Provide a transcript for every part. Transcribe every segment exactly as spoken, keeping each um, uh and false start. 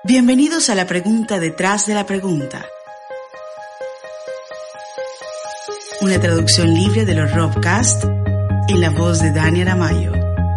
Bienvenidos a la pregunta detrás de la pregunta. Una traducción libre de los Robcast en la voz de Dani Aramayo.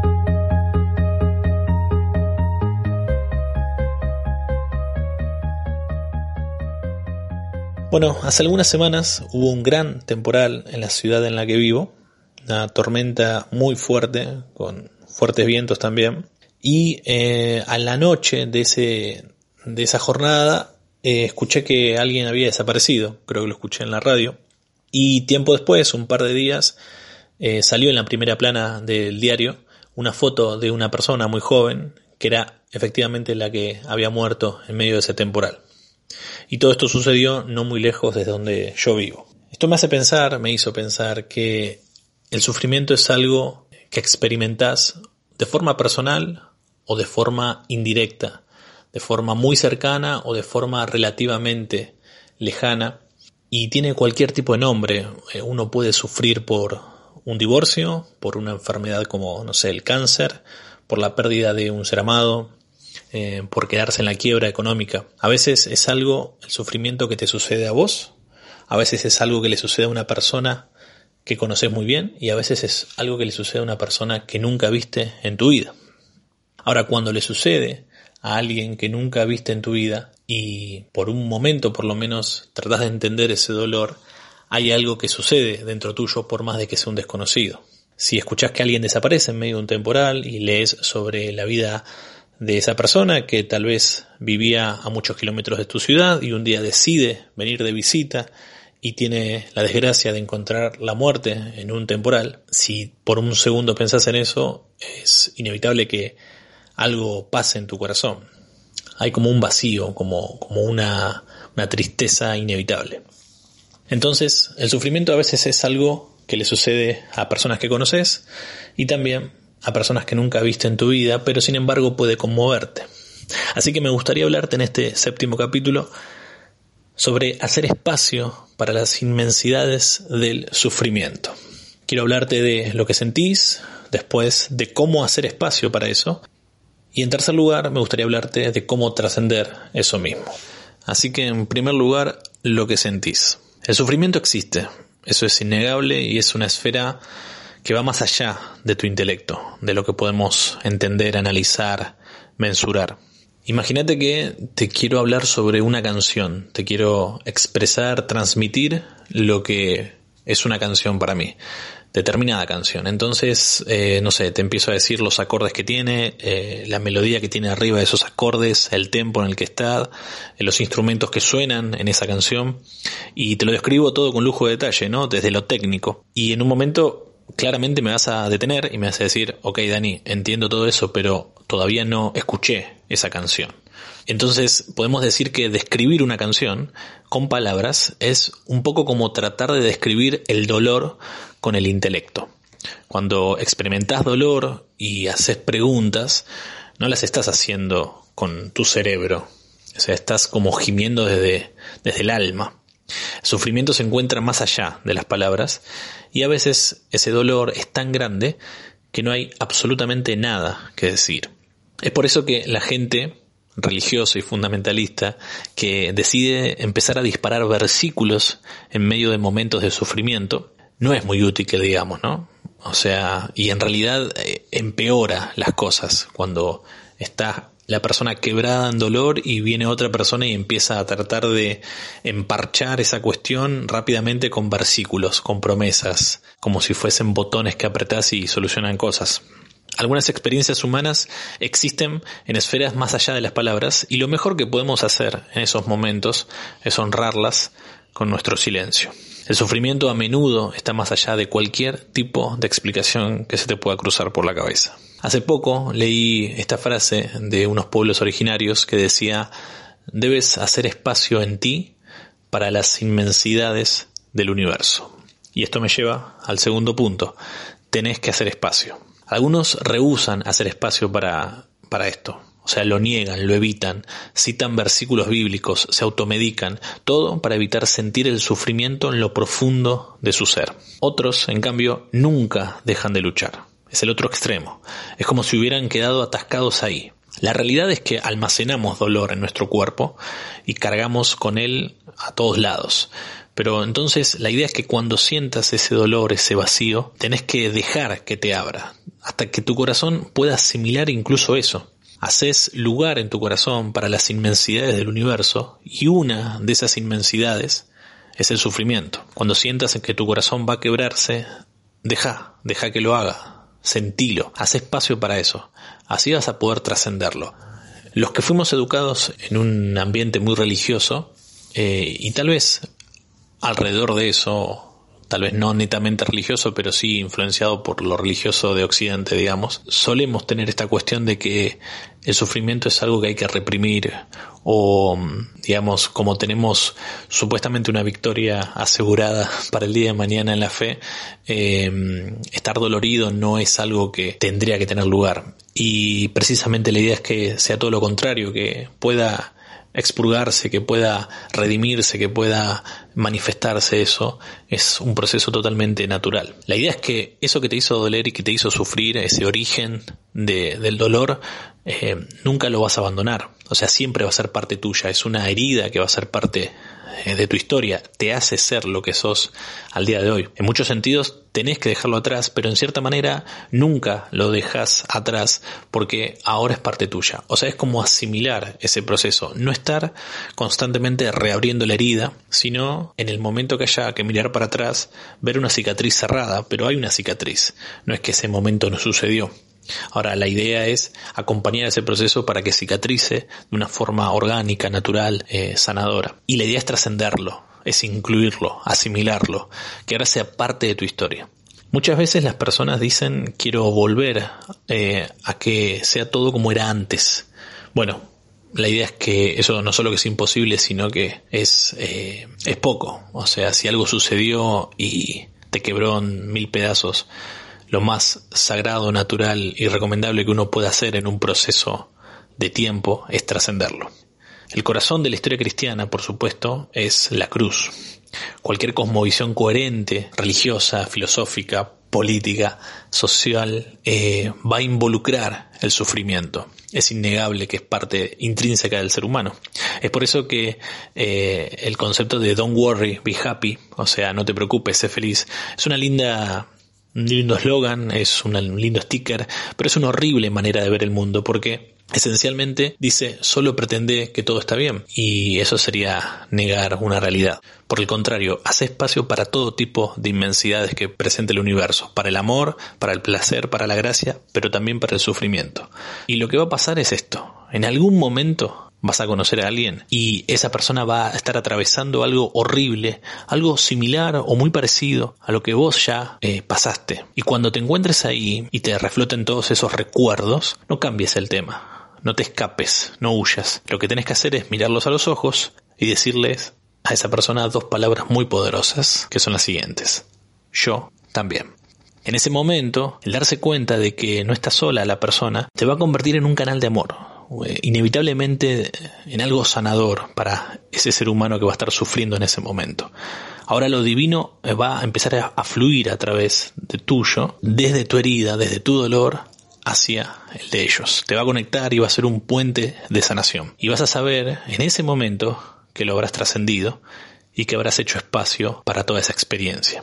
Bueno, hace algunas semanas hubo un gran temporal en la ciudad en la que vivo, una tormenta muy fuerte, con fuertes vientos también, y eh, a la noche de, ese, de esa jornada eh, escuché que alguien había desaparecido, creo que lo escuché en la radio, y tiempo después, un par de días, eh, salió en la primera plana del diario una foto de una persona muy joven, que era efectivamente la que había muerto en medio de ese temporal. Y todo esto sucedió no muy lejos de donde yo vivo. Esto me hace pensar, me hizo pensar que el sufrimiento es algo que experimentás de forma personal o de forma indirecta, de forma muy cercana o de forma relativamente lejana, y tiene cualquier tipo de nombre. Uno puede sufrir por un divorcio, por una enfermedad como, no sé, el cáncer, por la pérdida de un ser amado, Eh, por quedarse en la quiebra económica. A veces es algo, el sufrimiento que te sucede a vos, a veces es algo que le sucede a una persona que conoces muy bien, y a veces es algo que le sucede a una persona que nunca viste en tu vida. Ahora, cuando le sucede a alguien que nunca viste en tu vida y por un momento por lo menos tratás de entender ese dolor, hay algo que sucede dentro tuyo por más de que sea un desconocido. Si escuchás que alguien desaparece en medio de un temporal y lees sobre la vida de esa persona que tal vez vivía a muchos kilómetros de tu ciudad y un día decide venir de visita y tiene la desgracia de encontrar la muerte en un temporal, si por un segundo pensás en eso, es inevitable que algo pase en tu corazón. Hay como un vacío, como, como una, una tristeza inevitable. Entonces, el sufrimiento a veces es algo que le sucede a personas que conoces y también a personas que nunca viste en tu vida, pero sin embargo puede conmoverte. Así que me gustaría hablarte en este séptimo capítulo sobre hacer espacio para las inmensidades del sufrimiento. Quiero hablarte de lo que sentís, después de cómo hacer espacio para eso, y en tercer lugar me gustaría hablarte de cómo trascender eso mismo. Así que en primer lugar, lo que sentís. El sufrimiento existe, eso es innegable y es una esfera que va más allá de tu intelecto, de lo que podemos entender, analizar, mensurar. Imagínate que te quiero hablar sobre una canción, te quiero expresar, transmitir lo que es una canción para mí, determinada canción. Entonces, eh, no sé, te empiezo a decir los acordes que tiene, eh, la melodía que tiene arriba de esos acordes, el tempo en el que está, eh, los instrumentos que suenan en esa canción, y te lo describo todo con lujo de detalle, ¿no? Desde lo técnico. Y en un momento claramente me vas a detener y me vas a decir, ok Dani, entiendo todo eso, pero todavía no escuché esa canción. Entonces podemos decir que describir una canción con palabras es un poco como tratar de describir el dolor con el intelecto. Cuando experimentás dolor y haces preguntas, no las estás haciendo con tu cerebro, o sea, estás como gimiendo desde, desde el alma. El sufrimiento se encuentra más allá de las palabras y a veces ese dolor es tan grande que no hay absolutamente nada que decir. Es por eso que la gente religiosa y fundamentalista que decide empezar a disparar versículos en medio de momentos de sufrimiento no es muy útil que digamos, ¿no? O sea, y en realidad eh, empeora las cosas cuando está la persona quebrada en dolor y viene otra persona y empieza a tratar de emparchar esa cuestión rápidamente con versículos, con promesas, como si fuesen botones que apretás y solucionan cosas. Algunas experiencias humanas existen en esferas más allá de las palabras y lo mejor que podemos hacer en esos momentos es honrarlas con nuestro silencio. El sufrimiento a menudo está más allá de cualquier tipo de explicación que se te pueda cruzar por la cabeza. Hace poco leí esta frase de unos pueblos originarios que decía: debes hacer espacio en ti para las inmensidades del universo. Y esto me lleva al segundo punto: tenés que hacer espacio. Algunos rehúsan hacer espacio para, para esto. O sea, lo niegan, lo evitan, citan versículos bíblicos, se automedican, todo para evitar sentir el sufrimiento en lo profundo de su ser. Otros, en cambio, nunca dejan de luchar. Es el otro extremo. Es como si hubieran quedado atascados ahí. La realidad es que almacenamos dolor en nuestro cuerpo y cargamos con él a todos lados. Pero entonces la idea es que cuando sientas ese dolor, ese vacío, tenés que dejar que te abra, hasta que tu corazón pueda asimilar incluso eso. Haces lugar en tu corazón para las inmensidades del universo, y una de esas inmensidades es el sufrimiento. Cuando sientas que tu corazón va a quebrarse, deja, deja que lo haga. Sentilo, haz espacio para eso, así vas a poder trascenderlo. Los que fuimos educados en un ambiente muy religioso, eh, y tal vez alrededor de eso, tal vez no netamente religioso, pero sí influenciado por lo religioso de Occidente, digamos, solemos tener esta cuestión de que el sufrimiento es algo que hay que reprimir, o digamos, como tenemos supuestamente una victoria asegurada para el día de mañana en la fe, eh, estar dolorido no es algo que tendría que tener lugar. Y precisamente la idea es que sea todo lo contrario, que pueda expurgarse, que pueda redimirse, que pueda manifestarse. Eso es un proceso totalmente natural. La idea es que eso que te hizo doler y que te hizo sufrir, ese origen de, del dolor, eh, nunca lo vas a abandonar. O sea, siempre va a ser parte tuya. Es una herida que va a ser parte eh, de tu historia. Te hace ser lo que sos al día de hoy. En muchos sentidos tenés que dejarlo atrás, pero en cierta manera nunca lo dejas atrás porque ahora es parte tuya. O sea, es como asimilar ese proceso. No estar constantemente reabriendo la herida, sino en el momento que haya que mirar para atrás, ver una cicatriz cerrada, pero hay una cicatriz. No es que ese momento no sucedió. Ahora, la idea es acompañar ese proceso para que cicatrice de una forma orgánica, natural, eh, sanadora. Y la idea es trascenderlo, es incluirlo, asimilarlo, que ahora sea parte de tu historia. Muchas veces las personas dicen, quiero volver eh, a que sea todo como era antes. Bueno, la idea es que eso no solo que es imposible, sino que es, eh, es poco. O sea, si algo sucedió y te quebró en mil pedazos, lo más sagrado, natural y recomendable que uno puede hacer en un proceso de tiempo es trascenderlo. El corazón de la historia cristiana, por supuesto, es la cruz. Cualquier cosmovisión coherente, religiosa, filosófica, política, social, eh, va a involucrar el sufrimiento. Es innegable que es parte intrínseca del ser humano. Es por eso que eh, el concepto de don't worry, be happy, o sea, no te preocupes, sé feliz, es una linda... un lindo eslogan, es un lindo sticker, pero es una horrible manera de ver el mundo porque esencialmente dice solo pretende que todo está bien, y eso sería negar una realidad. Por el contrario, hace espacio para todo tipo de inmensidades que presenta el universo, para el amor, para el placer, para la gracia, pero también para el sufrimiento. Y lo que va a pasar es esto: en algún momento vas a conocer a alguien y esa persona va a estar atravesando algo horrible, algo similar o muy parecido a lo que vos ya eh, pasaste. Y cuando te encuentres ahí y te refloten todos esos recuerdos, no cambies el tema, no te escapes, no huyas. Lo que tenés que hacer es mirarlos a los ojos y decirles a esa persona dos palabras muy poderosas, que son las siguientes: yo también. En ese momento, el darse cuenta de que no estás sola la persona, te va a convertir en un canal de amor, inevitablemente en algo sanador para ese ser humano que va a estar sufriendo en ese momento. Ahora lo divino va a empezar a, a fluir a través de tuyo, desde tu herida, desde tu dolor, hacia el de ellos. Te va a conectar y va a ser un puente de sanación. Y vas a saber en ese momento que lo habrás trascendido y que habrás hecho espacio para toda esa experiencia.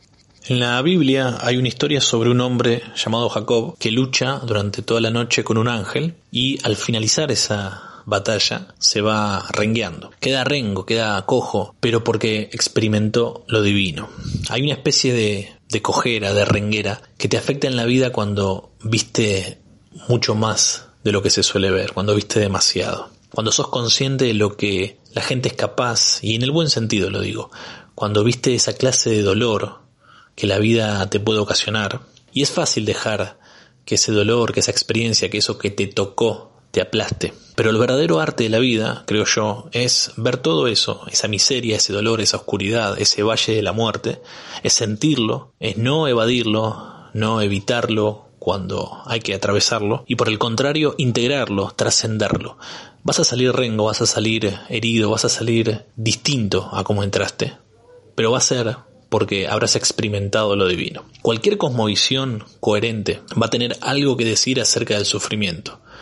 En la Biblia hay una historia sobre un hombre llamado Jacob que lucha durante toda la noche con un ángel y al finalizar esa batalla se va rengueando. Queda rengo, queda cojo, pero porque experimentó lo divino. Hay una especie de, de cojera, de renguera que te afecta en la vida cuando viste mucho más de lo que se suele ver, cuando viste demasiado. Cuando sos consciente de lo que la gente es capaz, y en el buen sentido lo digo, cuando viste esa clase de dolor que la vida te puede ocasionar, y es fácil dejar que ese dolor, que esa experiencia, que eso que te tocó te aplaste. Pero el verdadero arte de la vida, creo yo, es ver todo eso, esa miseria, ese dolor, esa oscuridad, ese valle de la muerte, es sentirlo, es no evadirlo, no evitarlo cuando hay que atravesarlo, y por el contrario, integrarlo, trascenderlo. Vas a salir rengo, vas a salir herido, vas a salir distinto a como entraste, pero va a ser porque habrás experimentado lo divino. Cualquier cosmovisión coherente va a tener algo que decir acerca del sufrimiento.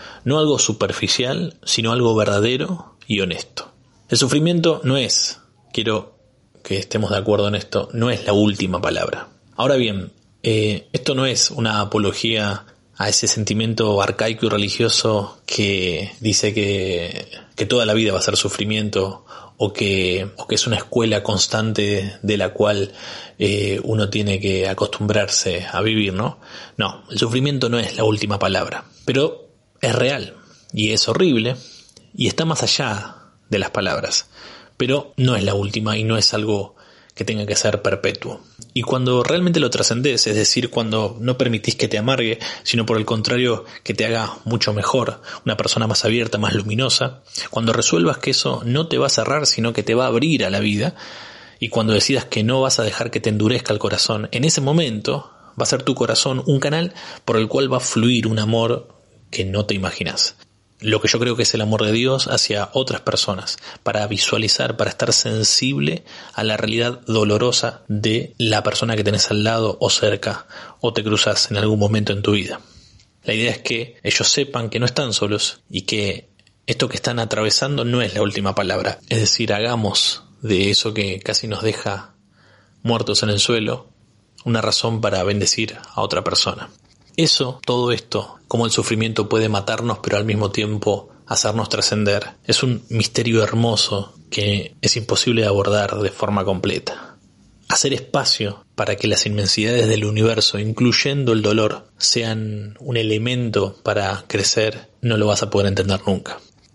no algo superficial, sino algo verdadero y honesto. El sufrimiento no es, quiero que estemos de acuerdo en esto, no es la última palabra. Ahora bien, eh, esto no es una apología a ese sentimiento arcaico y religioso que dice que, que toda la vida va a ser sufrimiento, o que, o que es una escuela constante de la cual eh, uno tiene que acostumbrarse a vivir, ¿no? No, el sufrimiento no es la última palabra, pero es real y es horrible y está más allá de las palabras, pero no es la última y no es algo que tenga que ser perpetuo. Y cuando realmente lo trascendés, es decir, cuando no permitís que te amargue, sino por el contrario que te haga mucho mejor, una persona más abierta, más luminosa, cuando resuelvas que eso no te va a cerrar, sino que te va a abrir a la vida, y cuando decidas que no vas a dejar que te endurezca el corazón, en ese momento va a ser tu corazón un canal por el cual va a fluir un amor que no te imaginas. Lo que yo creo que es el amor de Dios hacia otras personas, para visualizar, para estar sensible a la realidad dolorosa de la persona que tenés al lado o cerca o te cruzas en algún momento en tu vida. La idea es que ellos sepan que no están solos y que esto que están atravesando no es la última palabra. Es decir, hagamos de eso que casi nos deja muertos en el suelo una razón para bendecir a otra persona. Eso, todo esto, cómo el sufrimiento puede matarnos pero al mismo tiempo hacernos trascender, es un misterio hermoso que es imposible de abordar de forma completa. Hacer espacio para que las inmensidades del universo, incluyendo el dolor, sean un elemento para crecer, no lo vas a poder entender nunca.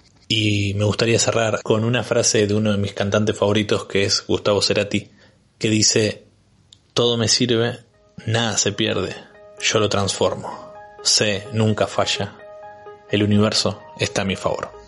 Y me gustaría cerrar con una frase de uno de mis cantantes favoritos, que es Gustavo Cerati, que dice: todo me sirve, nada se pierde. Yo lo transformo. C nunca falla. El universo está a mi favor.